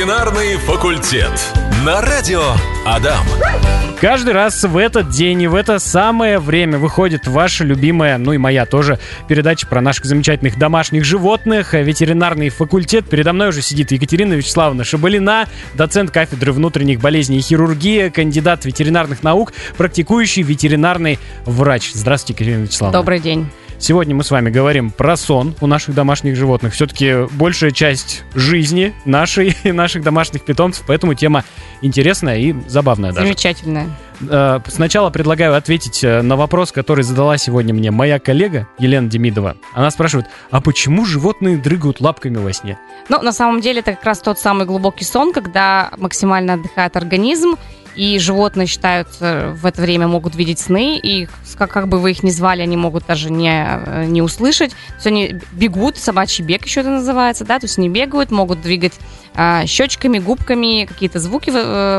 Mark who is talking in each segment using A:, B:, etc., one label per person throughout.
A: Ветеринарный факультет. На радио Адам.
B: Каждый раз в этот день и в это самое время выходит ваша любимая, ну и моя тоже, передача про наших замечательных домашних животных. Ветеринарный факультет. Передо мной уже сидит Екатерина Вячеславовна Шабалина, доцент кафедры внутренних болезней и хирургии, кандидат ветеринарных наук, практикующий ветеринарный врач. Здравствуйте, Екатерина Вячеславовна.
C: Добрый день.
B: Сегодня мы с вами говорим про сон у наших домашних животных. Все-таки большая часть жизни нашей и наших домашних питомцев, поэтому тема интересная и забавная даже.
C: Замечательная.
B: Сначала предлагаю ответить на вопрос, который задала сегодня мне моя коллега Елена Демидова. Она спрашивает, а почему животные дрыгают лапками во сне?
C: Ну, на самом деле, это как раз тот самый глубокий сон, когда максимально отдыхает организм, и животные считаются в это время могут видеть сны, и как бы вы их ни звали, они могут даже не услышать. То есть они бегут, собачий бег еще это называется, да, то есть они бегают, могут двигать щечками, губками, какие-то звуки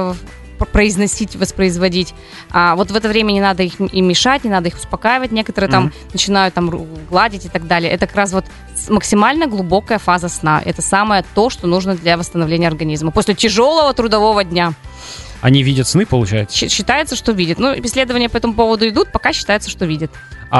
C: произносить, воспроизводить. А вот в это время не надо им мешать, не надо их успокаивать. Некоторые там начинают там гладить и так далее. Это как раз вот максимально глубокая фаза сна. Это самое то, что нужно для восстановления организма после тяжелого трудового дня.
B: Они видят сны, получается?
C: Считается, что видят. Ну, исследования по этому поводу идут, пока считается, что видят.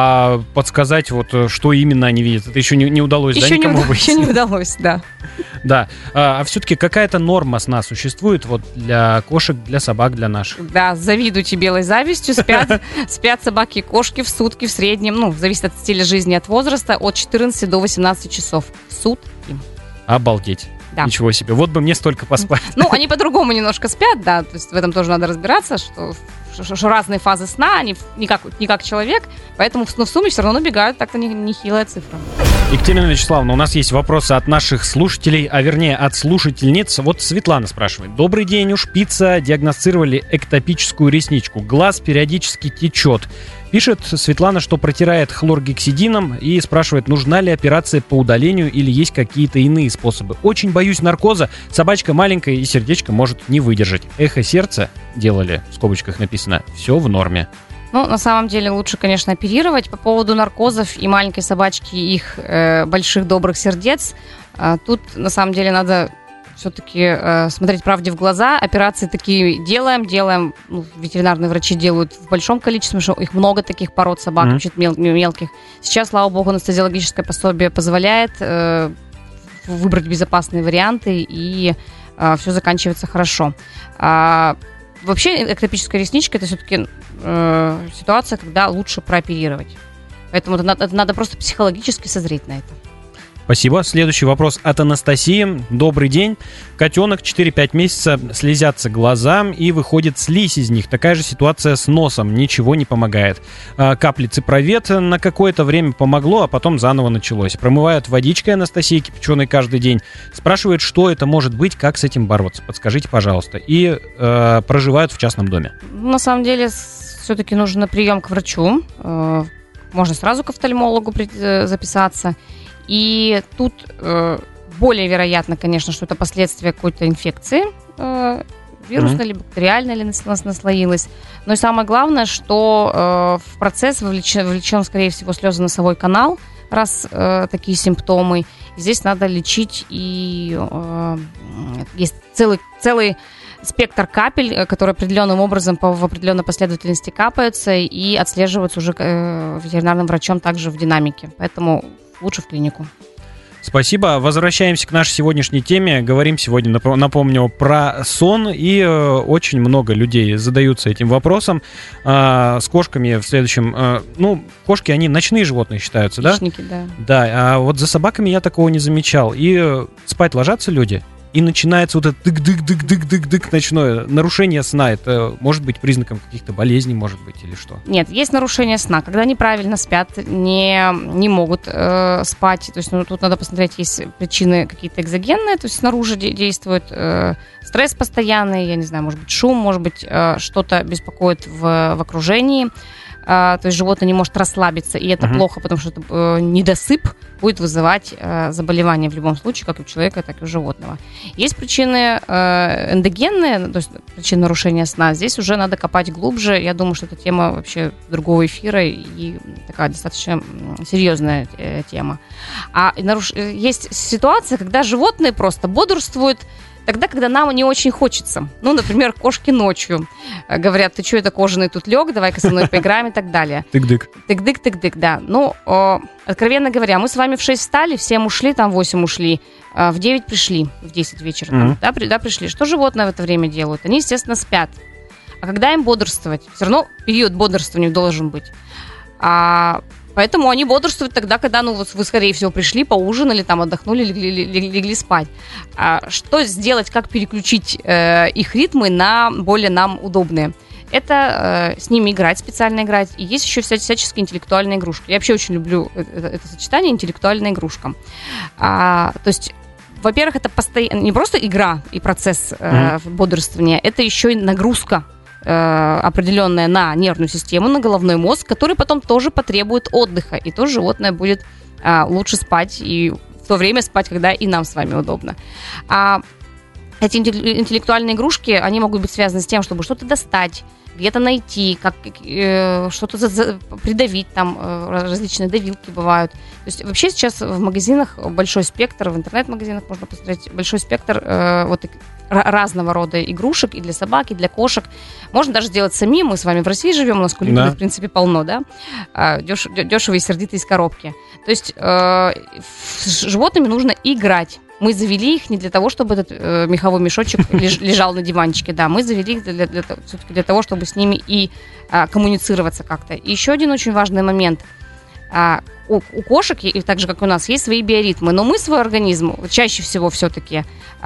B: А подсказать, вот, что именно они видят, это еще не удалось,
C: еще
B: да, никому выяснить?
C: Еще не удалось, да.
B: Да. А все-таки какая-то норма сна существует вот для кошек, для собак, для наших?
C: Да, завидуйте белой завистью. Спят собаки и кошки в сутки в среднем, ну, зависит от стиля жизни, от возраста, от 14 до 18 часов в сутки.
B: Обалдеть. Да. Ничего себе. Вот бы мне столько поспать.
C: Ну, они по-другому немножко спят, да. То есть в этом тоже надо разбираться, что разные фазы сна, они не как человек, поэтому в сумме все равно набегают так-то нехилая цифра.
B: Екатерина Вячеславовна, у нас есть вопросы от наших слушателей, а вернее от слушательниц. Вот Светлана спрашивает. Добрый день, у шпица диагностировали эктопическую ресничку. Глаз периодически течет. Пишет Светлана, что протирает хлоргексидином и спрашивает, нужна ли операция по удалению или есть какие-то иные способы. Очень боюсь наркоза. Собачка маленькая и сердечко может не выдержать. Эхо сердца делали, в скобочках написано, все в норме.
C: Ну, на самом деле, лучше, конечно, оперировать. По поводу наркозов и маленькой собачки, их больших добрых сердец, тут, на самом деле, надо все-таки смотреть правде в глаза. Операции такие делаем. Ну, ветеринарные врачи делают в большом количестве, потому что их много таких пород собак, очень мелких. Сейчас, слава богу, анестезиологическое пособие позволяет выбрать безопасные варианты, и все заканчивается хорошо. Вообще, эктопическая ресничка – это все-таки ситуация, когда лучше прооперировать. Поэтому это надо просто психологически созреть на это.
B: Спасибо. Следующий вопрос от Анастасии. Добрый день. Котенок 4-5 месяцев, слезятся глаза и выходит слизь из них. Такая же ситуация с носом. Ничего не помогает. Капли ципровет на какое-то время помогло, а потом заново началось. Промывают водичкой Анастасии кипяченой каждый день. Спрашивают, что это может быть, как с этим бороться. Подскажите, пожалуйста. И проживают в частном доме.
C: На самом деле, все-таки нужен на прием к врачу. Можно сразу к офтальмологу записаться. И тут более вероятно, конечно, что это последствия какой-то инфекции, вирусной или бактериальной, или наслоилась. Но и самое главное, что в процесс вовлечен, скорее всего, слезоносовой канал, раз такие симптомы. И здесь надо лечить, и есть целый спектр капель, которые определенным образом в определенной последовательности капаются и отслеживаются уже ветеринарным врачом также в динамике. Поэтому лучше в клинику.
B: Спасибо. Возвращаемся к нашей сегодняшней теме. Говорим сегодня, напомню, про сон. И очень много людей задаются этим вопросом. С кошками в следующем... кошки, они ночные животные считаются, да?
C: Хищники, да.
B: Да, а вот за собаками я такого не замечал. И спать ложатся люди, и начинается вот это дык-дык-дык-дык-дык-дык ночное. Нарушение сна, это может быть признаком каких-то болезней, может быть, или что?
C: Нет, есть нарушение сна. Когда неправильно спят, не могут спать. То есть тут надо посмотреть, есть причины какие-то экзогенные, то есть снаружи действует стресс постоянный, я не знаю, может быть, шум, может быть, что-то беспокоит в окружении. То есть животное не может расслабиться, и это плохо, потому что недосып будет вызывать заболевания в любом случае, как и у человека, так и у животного. Есть причины эндогенные, то есть причины нарушения сна. Здесь уже надо копать глубже. Я думаю, что это тема вообще другого эфира и такая достаточно серьезная тема. Есть ситуация, когда животные просто бодрствуют, тогда, когда нам не очень хочется. Ну, например, кошки ночью говорят, ты что это кожаный тут лег, давай-ка со мной поиграем и так далее.
B: Тык-дык.
C: Тык-дык, да. Ну, откровенно говоря, мы с вами в 6 встали, в 7 ушли, там в 8 ушли, в 9 пришли, в 10 вечера, там, да, пришли. Что животные в это время делают? Они, естественно, спят. А когда им бодрствовать? Все равно период бодрствования должен быть. Поэтому они бодрствуют тогда, когда вот вы, скорее всего, пришли, поужинали, там, отдохнули, легли спать. Что сделать, как переключить их ритмы на более нам удобные? Это с ними играть, специально играть. И есть еще всяческие интеллектуальные игрушки. Я вообще очень люблю это сочетание интеллектуальная игрушка. То есть, во-первых, это не просто игра и процесс бодрствования, это еще и нагрузка определенная на нервную систему, на головной мозг, который потом тоже потребует отдыха. И то животное будет лучше спать и в то время спать, когда и нам с вами удобно. Эти интеллектуальные игрушки, они могут быть связаны с тем, чтобы что-то достать, где-то найти, что-то придавить, там различные давилки бывают. То есть вообще сейчас в магазинах большой спектр, в интернет-магазинах можно посмотреть большой спектр разного рода игрушек и для собак, и для кошек. Можно даже сделать самим. Мы с вами в России живем, у нас кулибри, в принципе, полно, да? Дешево и сердито из коробки. То есть с животными нужно играть. Мы завели их не для того, чтобы этот меховой мешочек лежал на диванчике, да, мы завели их все-таки для того, чтобы с ними и коммуницироваться как-то. И еще один очень важный момент. У кошек, и так же, как и у нас, есть свои биоритмы, но мы свой организм чаще всего все-таки,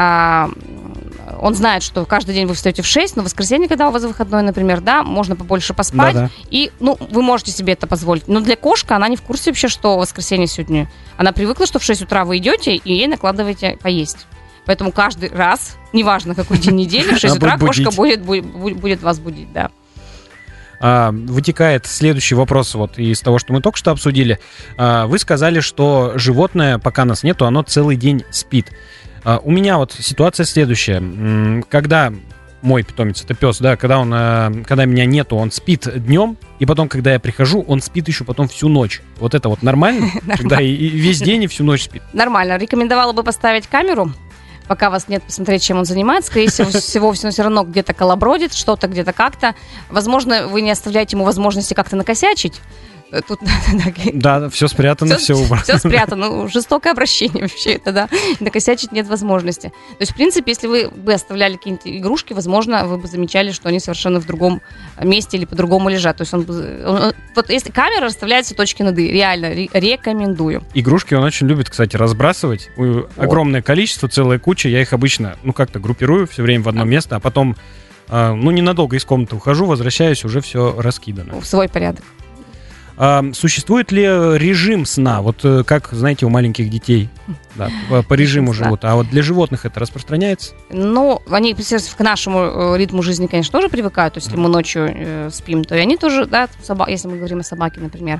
C: он знает, что каждый день вы встаете в 6, но в воскресенье, когда у вас выходной, например, да, можно побольше поспать, да. И, вы можете себе это позволить. Но для кошки она не в курсе вообще, что в воскресенье сегодня. Она привыкла, что в 6 утра вы идете и ей накладываете поесть. Поэтому каждый раз, неважно, какой день недели, в 6 утра кошка будет вас будить, да.
B: Вытекает следующий вопрос вот из того, что мы только что обсудили. Вы сказали, что животное, пока нас нету, оно целый день спит. У меня вот ситуация следующая. Когда мой питомец, это пес, да, когда меня нету, он спит днем, и потом, когда я прихожу, он спит еще потом всю ночь. Вот это вот нормально? Когда и весь день и всю ночь спит?
C: Нормально. Рекомендовала бы поставить камеру, пока вас нет, посмотреть, чем он занимается. Скорее всего, все равно где-то колобродит, что-то где-то как-то. Возможно, вы не оставляете ему возможности как-то накосячить. Тут,
B: да, все спрятано, все убрано.
C: Все спрятано, жестокое обращение вообще это, да. Накосячить нет возможности. То есть, в принципе, если вы бы оставляли какие-то игрушки, возможно, вы бы замечали, что они совершенно в другом месте или по-другому лежат. То есть, вот если камера расставляется точки над «и», реально рекомендую.
B: Игрушки он очень любит, кстати, разбрасывать. Огромное количество, целая куча. Я их обычно, как-то группирую все время в одно место, а потом, ненадолго из комнаты ухожу, возвращаюсь, уже все раскидано.
C: В свой порядок.
B: Существует ли режим сна? Вот как, знаете, у маленьких детей по режиму живут. А вот для животных это распространяется?
C: Они к нашему ритму жизни, конечно, тоже привыкают. То есть, если мы ночью спим, то и они тоже, да, если мы говорим о собаке, например.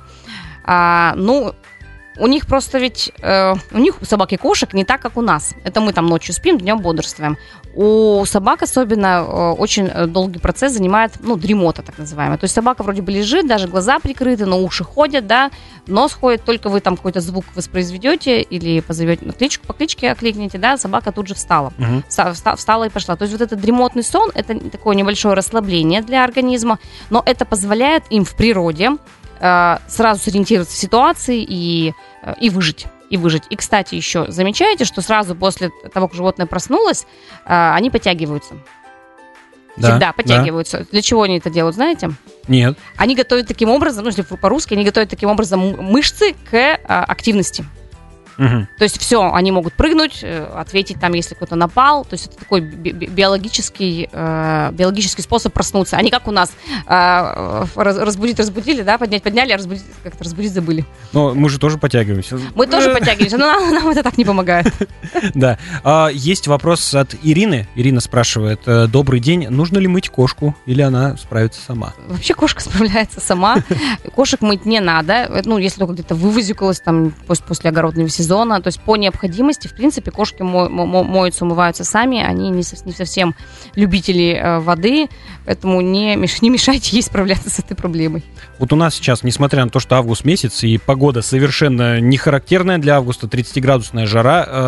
C: У них просто ведь, у них у собак и кошек не так, как у нас. Это мы там ночью спим, днем бодрствуем. У собак особенно очень долгий процесс занимает, дремота так называемая. То есть собака вроде бы лежит, даже глаза прикрыты, но уши ходят, да, нос ходит, только вы там какой-то звук воспроизведете или позовете по кличке окликнете, да, собака тут же встала. Встала и пошла. То есть вот этот дремотный сон, это такое небольшое расслабление для организма, но это позволяет им в природе сразу сориентироваться в ситуации и выжить. И, кстати, еще замечаете, что сразу после того, как животное проснулось, они подтягиваются. Всегда подтягиваются. Да. Для чего они это делают, знаете?
B: Нет.
C: Они готовят таким образом, если по-русски, они готовят таким образом мышцы к активности. Угу. То есть все, они могут прыгнуть, ответить там, если кто-то напал. То есть это такой биологический способ проснуться. А не как у нас разбудили, да, подняли, а разбудить забыли.
B: Но мы же тоже подтягиваемся.
C: Мы тоже подтягиваемся, но нам это так не помогает.
B: Да. Есть вопрос от Ирины. Ирина спрашивает: добрый день, нужно ли мыть кошку или она справится сама?
C: Вообще кошка справляется сама. Кошек мыть не надо. Если только где-то вывозюкалась там после огородного сезона. То есть по необходимости, в принципе, кошки моются, умываются сами. Они не совсем любители воды, поэтому не мешайте ей справляться с этой проблемой.
B: Вот у нас сейчас, несмотря на то, что август месяц и погода совершенно не характерная для августа, 30-градусная жара,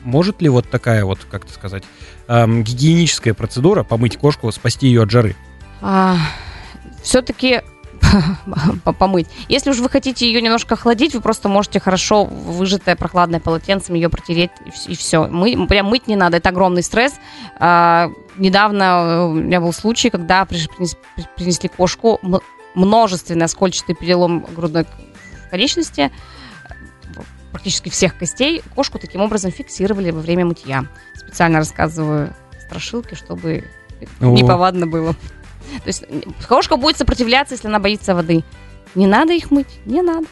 B: может ли вот такая вот, как это сказать, гигиеническая процедура помыть кошку, спасти ее от жары?
C: Все-таки помыть. Если уж вы хотите ее немножко охладить, вы просто можете хорошо выжатое прохладное полотенцем ее протереть, и все. Прям мыть не надо, это огромный стресс. Недавно у меня был случай, когда принесли кошку, множественный оскольчатый перелом грудной конечности, практически всех костей. Кошку таким образом фиксировали во время мытья. Специально рассказываю страшилки, чтобы неповадно было. То есть кошка будет сопротивляться, если она боится воды. Не надо их мыть, не надо.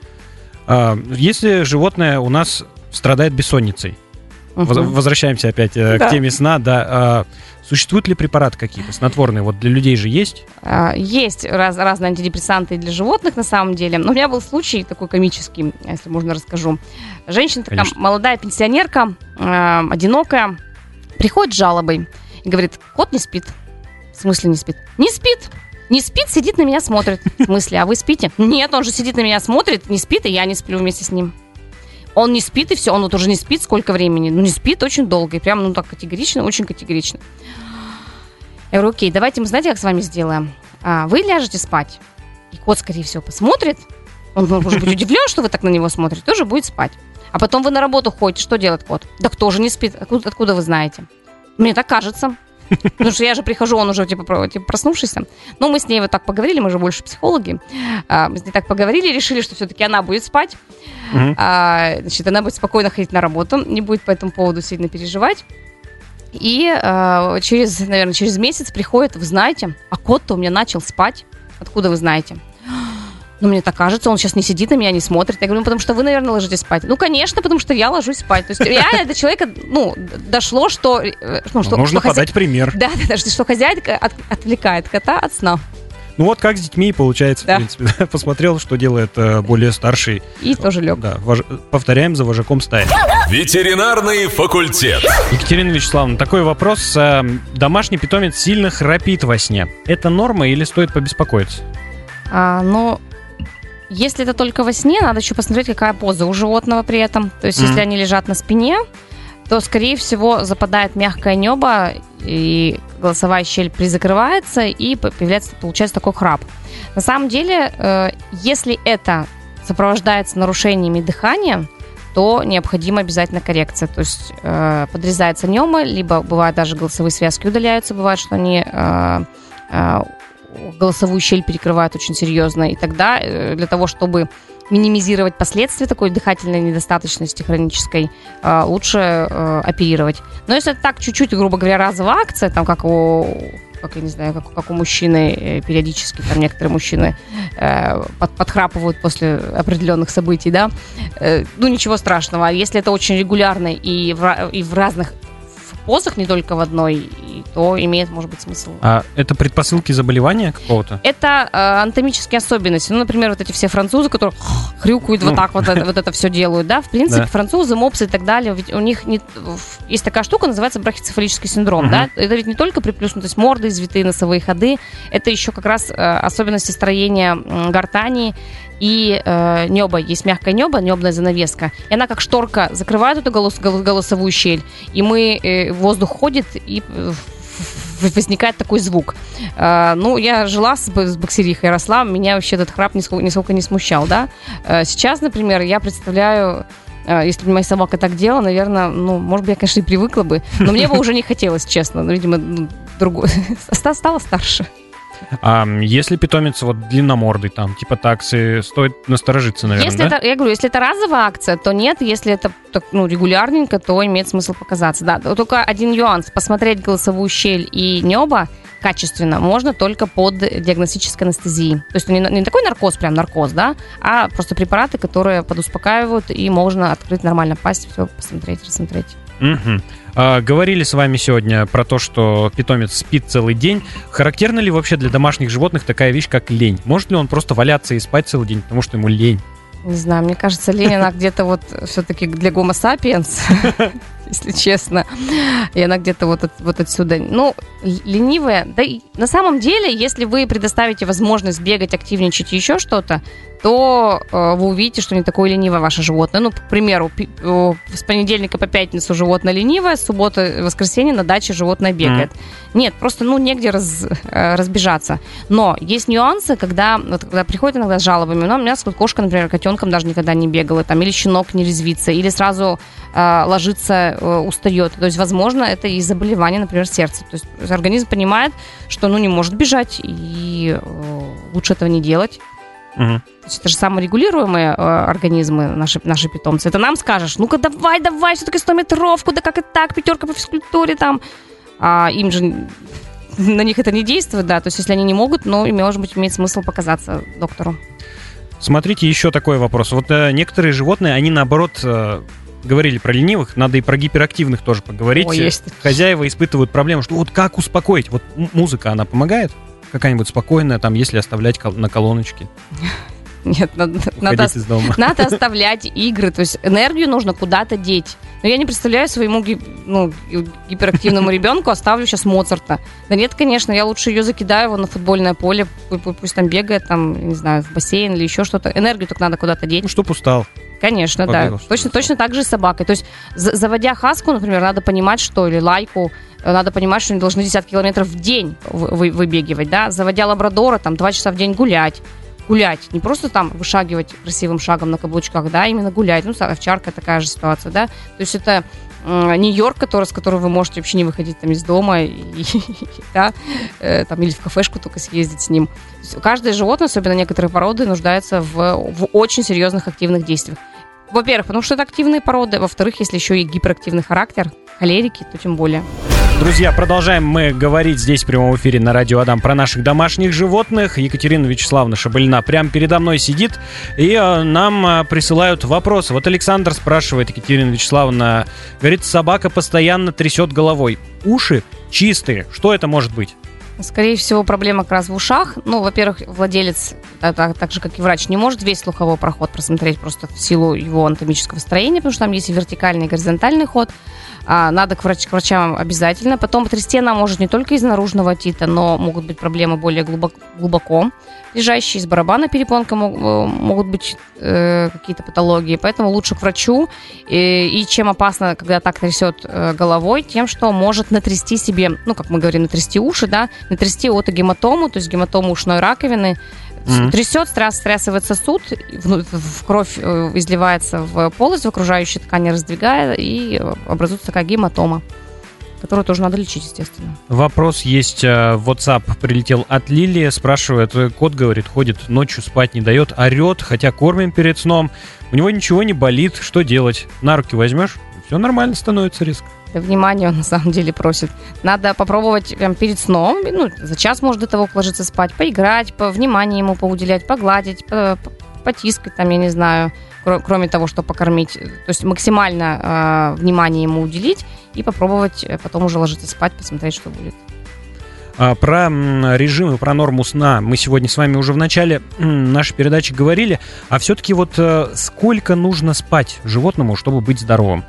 B: Если животное у нас страдает бессонницей, возвращаемся опять к теме сна, да, существуют ли препараты какие-то снотворные? Вот для людей же есть?
C: Есть разные антидепрессанты для животных, на самом деле. Но у меня был случай такой комический, если можно расскажу. Женщина такая, молодая пенсионерка, одинокая, приходит с жалобой и говорит: кот не спит. В смысле не спит? Не спит! Не спит, сидит на меня, смотрит. В смысле, а вы спите? Нет, он же сидит на меня, смотрит, не спит, и я не сплю вместе с ним. Он не спит, и все, он вот уже не спит сколько времени. Ну, не спит очень долго, и прям, так категорично, очень категорично. Я говорю: окей, давайте мы, знаете, как с вами сделаем? Вы ляжете спать, и кот, скорее всего, посмотрит. Он может быть удивлен, что вы так на него смотрите, тоже будет спать. А потом вы на работу ходите, что делает кот? Да кто же не спит? Откуда вы знаете? Мне так кажется. Потому что я же прихожу, он уже типа проснувшийся. Но мы с ней вот так поговорили, мы же больше психологи. Мы с ней так поговорили, решили, что все-таки она будет спать. Значит, она будет спокойно ходить на работу, не будет по этому поводу сильно переживать. И через месяц приходит: вы знаете, а кот-то у меня начал спать. Откуда вы знаете? Ну, мне так кажется, он сейчас не сидит на меня, не смотрит. Я говорю: потому что вы, наверное, ложитесь спать. Ну, конечно, потому что я ложусь спать. То есть реально до человека, дошло, что...
B: Нужно подать пример.
C: Да, что хозяйка отвлекает кота от сна.
B: Ну, вот как с детьми получается, в принципе. Посмотрел, что делает более старший.
C: И тоже лег.
B: Да, повторяем за вожаком стаи.
A: Ветеринарный факультет.
B: Екатерина Вячеславовна, такой вопрос. Домашний питомец сильно храпит во сне. Это норма или стоит побеспокоиться?
C: Если это только во сне, надо еще посмотреть, какая поза у животного при этом. То есть, если они лежат на спине, то, скорее всего, западает мягкое небо, и голосовая щель призакрывается, и получается такой храп. На самом деле, если это сопровождается нарушениями дыхания, то необходима обязательно коррекция. То есть подрезается небо, либо бывает даже голосовые связки удаляются, бывает, что они... голосовую щель перекрывают очень серьезно, и тогда для того, чтобы минимизировать последствия такой дыхательной недостаточности хронической, лучше оперировать. Но если это так чуть-чуть, грубо говоря, разовая акция, там как у мужчины периодически, там некоторые мужчины подхрапывают после определенных событий, да, ничего страшного. А если это очень регулярно и в разных позах, не только в одной, то имеет, может быть, смысл.
B: А это предпосылки заболевания какого-то?
C: Это анатомические особенности. Например, вот эти все французы, которые хрюкают вот так вот это все делают, да? В принципе, французы, мопсы и так далее, ведь у них есть такая штука, называется брахицефалический синдром, да? Это ведь не только приплюснутость морды, извитые носовые ходы, это еще как раз особенности строения гортани и небо. Есть мягкое небо, небная занавеска, и она как шторка закрывает эту голосовую щель, и воздух ходит, и возникает такой звук. Я жила с боксерихой, росла, меня вообще этот храп нисколько не смущал, да. Сейчас, например, я представляю, если бы моя собака так делала, наверное, может быть, я, конечно, и привыкла бы, но мне бы уже не хотелось, честно. Видимо, стала старше.
B: А если питомец длинномордый, там, типа таксы, стоит насторожиться, наверное,
C: если это разовая акция, то нет. Если это регулярненько, то имеет смысл показаться. Да, только один нюанс. Посмотреть голосовую щель и небо качественно можно только под диагностической анестезией. То есть не такой наркоз, прям наркоз, да, а просто препараты, которые подуспокаивают, и можно открыть нормально пасть, все посмотреть, рассмотреть.
B: Угу. Говорили с вами сегодня про то, что питомец спит целый день. Характерна ли вообще для домашних животных такая вещь, как лень? Может ли он просто валяться и спать целый день, потому что ему лень?
C: Не знаю, мне кажется, лень, она где-то все-таки для гомо сапиенс. если честно. И она где-то вот отсюда. Ну, ленивая. Да и на самом деле, если вы предоставите возможность бегать, активничать и еще что-то, то вы увидите, что не такое ленивое ваше животное. Ну, к примеру, с понедельника по пятницу животное ленивое, с субботы, воскресенье на даче животное бегает. Нет, просто, негде разбежаться. Но есть нюансы, когда приходят иногда с жалобами. У меня кошка, например, котенком даже никогда не бегала, там, или щенок не резвится, или сразу ложится, устает. То есть, возможно, это и заболевание, например, сердца. То есть организм понимает, что, не может бежать, и лучше этого не делать. То есть это же саморегулируемые организмы, наши питомцы. Это нам скажешь, ну-ка давай, все-таки 100-метровку, да как это так, 5 по физкультуре там. А им же на них это не действует, да. То есть если они не могут, может быть, имеет смысл показаться доктору.
B: Смотрите, еще такой вопрос. Вот некоторые животные, они наоборот... Говорили про ленивых, надо и про гиперактивных тоже поговорить. Хозяева испытывают проблему, что вот как успокоить? Вот музыка, она помогает? Какая-нибудь спокойная, там, если оставлять на колоночке?
C: Нет, надо оставлять игры, то есть энергию нужно куда-то деть. Но я не представляю своему гиперактивному ребенку оставлю сейчас Моцарта. Да нет, конечно, я лучше ее закидаю его на футбольное поле, пусть там бегает, там, не знаю, в бассейн или еще что-то. Энергию так надо куда-то деть. Ну,
B: чтоб устал.
C: Конечно, побегал, да. Точно так же и с собакой. То есть, заводя хаску, например, надо понимать, или лайку, надо понимать, что они должны десятки километров в день выбегивать, да. Заводя лабрадора, там, 2 часа в день гулять, не просто там вышагивать красивым шагом на каблучках, да, именно гулять. Овчарка такая же ситуация, да. То есть это Нью-Йорк, с которого вы можете вообще не выходить там из дома, да, там, или в кафешку только съездить с ним. Каждое животное, особенно некоторые породы, нуждаются в очень серьезных активных действиях. Во-первых, потому что это активные породы. Во-вторых, если еще и гиперактивный характер, холерики, то тем более.
B: Друзья, продолжаем мы говорить здесь в прямом эфире на радио Адам про наших домашних животных. Екатерина Вячеславовна Шабалина прямо передо мной сидит, и нам присылают вопросы. Вот Александр спрашивает, Екатерина Вячеславовна, говорит, собака постоянно трясет головой. Уши чистые. Что это может быть?
C: Скорее всего, проблема как раз в ушах. Во-первых, владелец, так же, как и врач, не может весь слуховой проход просмотреть просто в силу его анатомического строения, потому что там есть и вертикальный, и горизонтальный ход. Надо к врачам обязательно. Потом трясти она может не только из наружного отита, но могут быть проблемы более глубоко лежащие, из барабана перепонка могут быть какие-то патологии. Поэтому лучше к врачу. И чем опасно, когда так трясет головой, тем, что может натрясти себе, как мы говорим, натрясти уши, да, натрясти отогематому, то есть гематому ушной раковины. Трясет, стрясывает сосуд, в кровь изливается в полость, в окружающие ткани раздвигая, и образуется такая гематома, которую тоже надо лечить, естественно.
B: Вопрос есть, в WhatsApp прилетел от Лилии, спрашивает, кот, говорит, ходит ночью, спать не дает, орет, хотя кормим перед сном, у него ничего не болит, что делать? На руки возьмешь, все нормально становится резко.
C: Внимание он на самом деле просит. Надо попробовать прям перед сном, за час, может, до того ложиться спать, поиграть, внимание ему поуделять, погладить, потискать, там, я не знаю, кроме того, что покормить. То есть максимально внимание ему уделить и попробовать потом уже ложиться спать, посмотреть, что будет.
B: Про режим и про норму сна мы сегодня с вами уже в начале нашей передачи говорили. А все-таки сколько нужно спать животному, чтобы быть здоровым?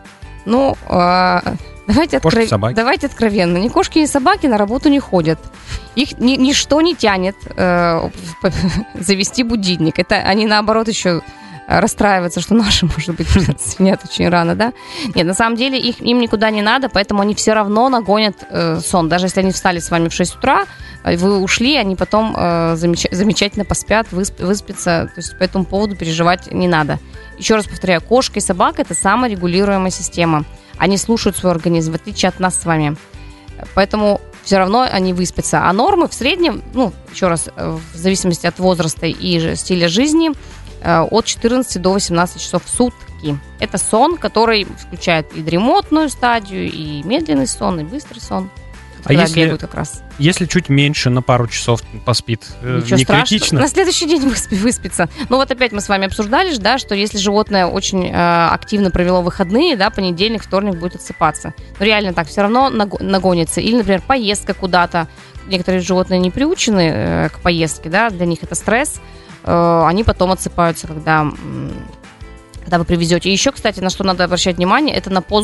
C: Давайте откровенно. Ни кошки, ни собаки на работу не ходят. Их ничто не тянет завести будильник. Это они, наоборот, еще расстраиваются, что наши, может быть, свинят очень рано, да? Нет, на самом деле им никуда не надо, поэтому они все равно нагонят сон. Даже если они встали с вами в 6 утра, вы ушли, они потом замечательно поспят, выспятся. То есть по этому поводу переживать не надо. Еще раз повторяю, кошка и собака – это саморегулируемая система. Они слушают свой организм, в отличие от нас с вами. Поэтому все равно они выспятся. А нормы в среднем, еще раз, в зависимости от возраста и стиля жизни, от 14 до 18 часов в сутки. Это сон, который включает и дремотную стадию, и медленный сон, и быстрый сон.
B: А если чуть меньше, на пару часов поспит,
C: ничего
B: не
C: страшного.
B: критично?
C: На следующий день выспится. Опять мы с вами обсуждали, да, что если животное очень активно провело выходные, да, понедельник, вторник будет отсыпаться. Но реально так, все равно нагонится. Или, например, поездка куда-то. Некоторые животные не приучены к поездке, да, для них это стресс. Они потом отсыпаются, когда вы привезете. И еще, кстати, на что надо обращать внимание, это на позу.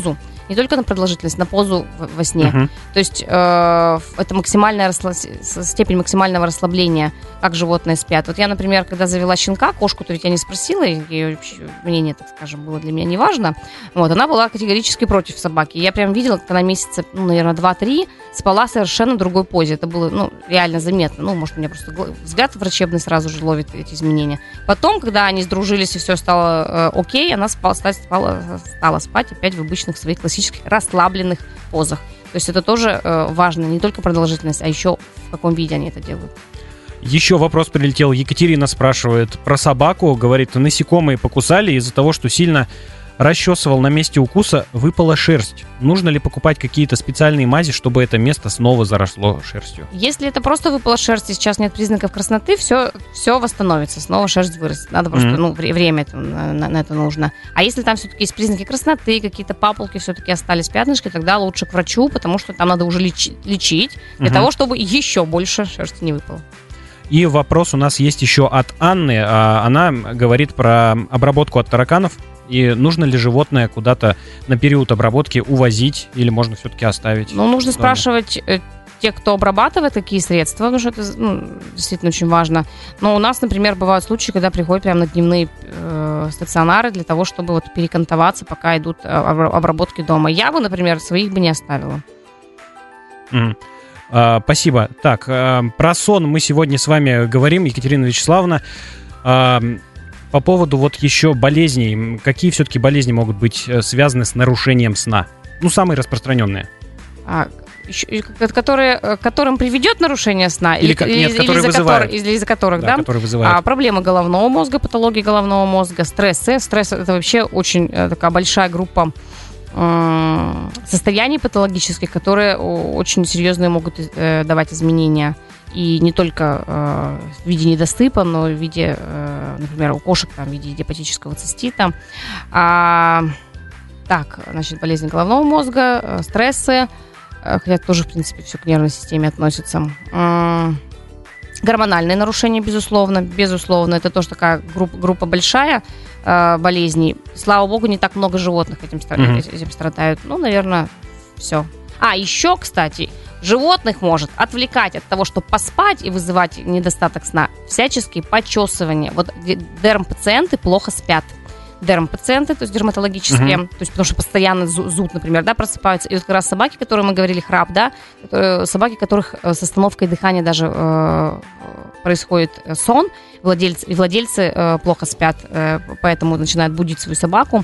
C: не только на продолжительность, на позу во сне. То есть это степень максимального расслабления, как животные спят. Вот я, например, когда завела щенка, кошку-то ведь я не спросила, ее мнение, так скажем, было для меня неважно. Вот, она была категорически против собаки. Я прям видела, как она месяца, наверное, 2-3 спала в совершенно другой позе. Это было, реально заметно. Может, у меня просто взгляд врачебный сразу же ловит эти изменения. Потом, когда они сдружились и все стало окей, она стала спать опять в обычных своих классических расслабленных позах. То есть это тоже важно, не только продолжительность, а еще в каком виде они это делают.
B: Еще вопрос прилетел. Екатерина спрашивает про собаку. Говорит, насекомые покусали из-за того, что сильно расчесывал на месте укуса, выпала шерсть. Нужно ли покупать какие-то специальные мази, чтобы это место снова заросло шерстью?
C: Если это просто выпала шерсть, и сейчас нет признаков красноты, все восстановится, снова шерсть вырастет. Надо просто, время на это нужно. А если там все-таки есть признаки красноты, какие-то папулки все-таки остались, пятнышки, тогда лучше к врачу, потому что там надо уже лечить для того, чтобы еще больше шерсти не выпало.
B: И вопрос у нас есть еще от Анны. Она говорит про обработку от тараканов. И нужно ли животное куда-то на период обработки увозить или можно все-таки оставить?
C: Нужно спрашивать тех, кто обрабатывает такие средства, потому что это действительно очень важно. Но у нас, например, бывают случаи, когда приходят прямо на дневные стационары для того, чтобы перекантоваться, пока идут обработки дома. Я бы, например, своих бы не оставила.
B: Спасибо. Так, про сон мы сегодня с вами говорим, Екатерина Вячеславовна. По поводу еще болезней. Какие все-таки болезни могут быть связаны с нарушением сна? Самые распространенные.
C: Которым приведет нарушение сна?
B: Которые вызывают.
C: Из-за которых, да?
B: Которые вызывают.
C: Проблемы головного мозга, патологии головного мозга, стрессы. Стресс – это вообще очень такая большая группа состояний патологических, которые очень серьезные могут давать изменения. И не только в виде недосыпа, но и в виде, например, у кошек в виде гепатического цистита. Болезни головного мозга, стрессы, хотя тоже, в принципе, все к нервной системе относится. Гормональные нарушения, безусловно. Это тоже такая группа большая болезней. Слава богу, не так много животных этим страдают. Наверное, все. Еще, кстати, животных может отвлекать от того, чтобы поспать и вызывать недостаток сна, всяческие почесывания. Дерм-пациенты плохо спят. Дерм-пациенты, то есть дерматологические, то есть потому что постоянно зуд, например, просыпаются. И как раз собаки, которые мы говорили, храп, собаки, у которых с остановкой дыхания даже происходит сон, владельцы плохо спят, поэтому начинают будить свою собаку.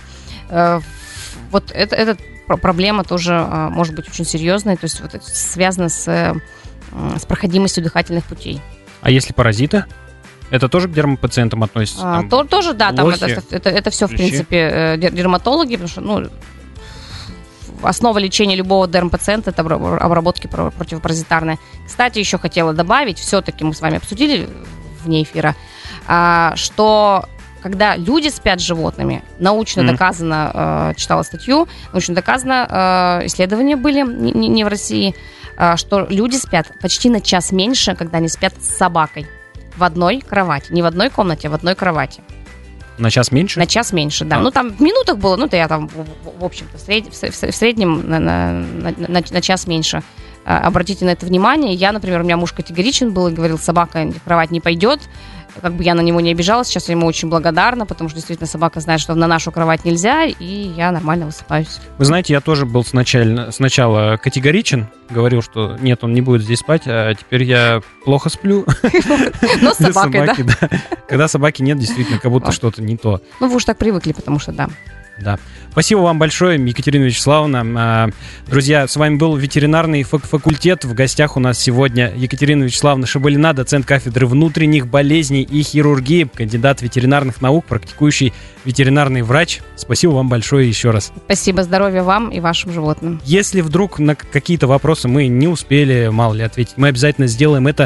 C: Эта проблема тоже может быть очень серьезной, то есть это связано с проходимостью дыхательных путей.
B: А если паразиты? Это тоже к дермопациентам относится?
C: Тоже, да, там
B: лохи,
C: это все, в принципе, дерматологи, потому что, основа лечения любого дермпациента – это обработки противопаразитарные. Кстати, еще хотела добавить, все-таки мы с вами обсудили вне эфира, что когда люди спят с животными, научно доказано, читала статью, научно доказано, исследования были, не в России, что люди спят почти на час меньше, когда они спят с собакой. В одной кровати. Не в одной комнате, а в одной кровати.
B: На час меньше?
C: На час меньше, да. Там в минутах было, я там, в общем-то, в среднем на час меньше. Обратите на это внимание. Я, например, у меня муж категоричен был и говорил, собака в кровать не пойдет. Как бы я на него не обижалась, сейчас я ему очень благодарна, потому что действительно собака знает, что на нашу кровать нельзя, и я нормально высыпаюсь.
B: Вы знаете, я тоже был сначала категоричен, говорил, что нет, он не будет здесь спать, а теперь я плохо сплю.
C: Но с собакой, да?
B: Когда собаки нет, действительно, как будто что-то не то.
C: Вы уж так привыкли, потому что да.
B: Да. Спасибо вам большое, Екатерина Вячеславовна. Друзья, с вами был ветеринарный факультет. В гостях у нас сегодня Екатерина Вячеславовна Шабалина, доцент кафедры внутренних болезней и хирургии, кандидат ветеринарных наук, практикующий ветеринарный врач. Спасибо вам большое еще раз.
C: Спасибо, здоровья вам и вашим животным.
B: Если вдруг на какие-то вопросы мы не успели, мало ли, ответить, мы обязательно сделаем это в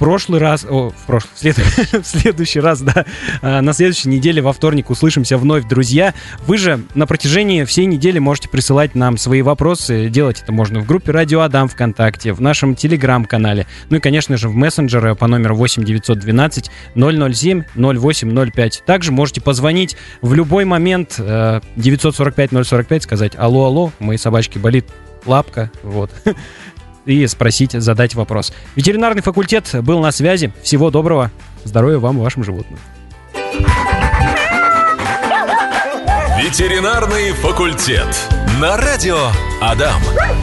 B: следующий раз, да, на следующей неделе во вторник услышимся вновь, друзья. Вы же на протяжении всей недели можете присылать нам свои вопросы. Делать это можно в группе Радио Адам ВКонтакте, в нашем телеграм-канале, ну и, конечно же, в мессенджере по номеру 8 912 007 0805. Также можете позвонить в любой момент 945 045, сказать алло, моей собачке болит лапка, вот, и спросить, задать вопрос. Ветеринарный факультет был на связи. Всего доброго. Здоровья вам и вашим животным.
A: Ветеринарный факультет на Радио Адам.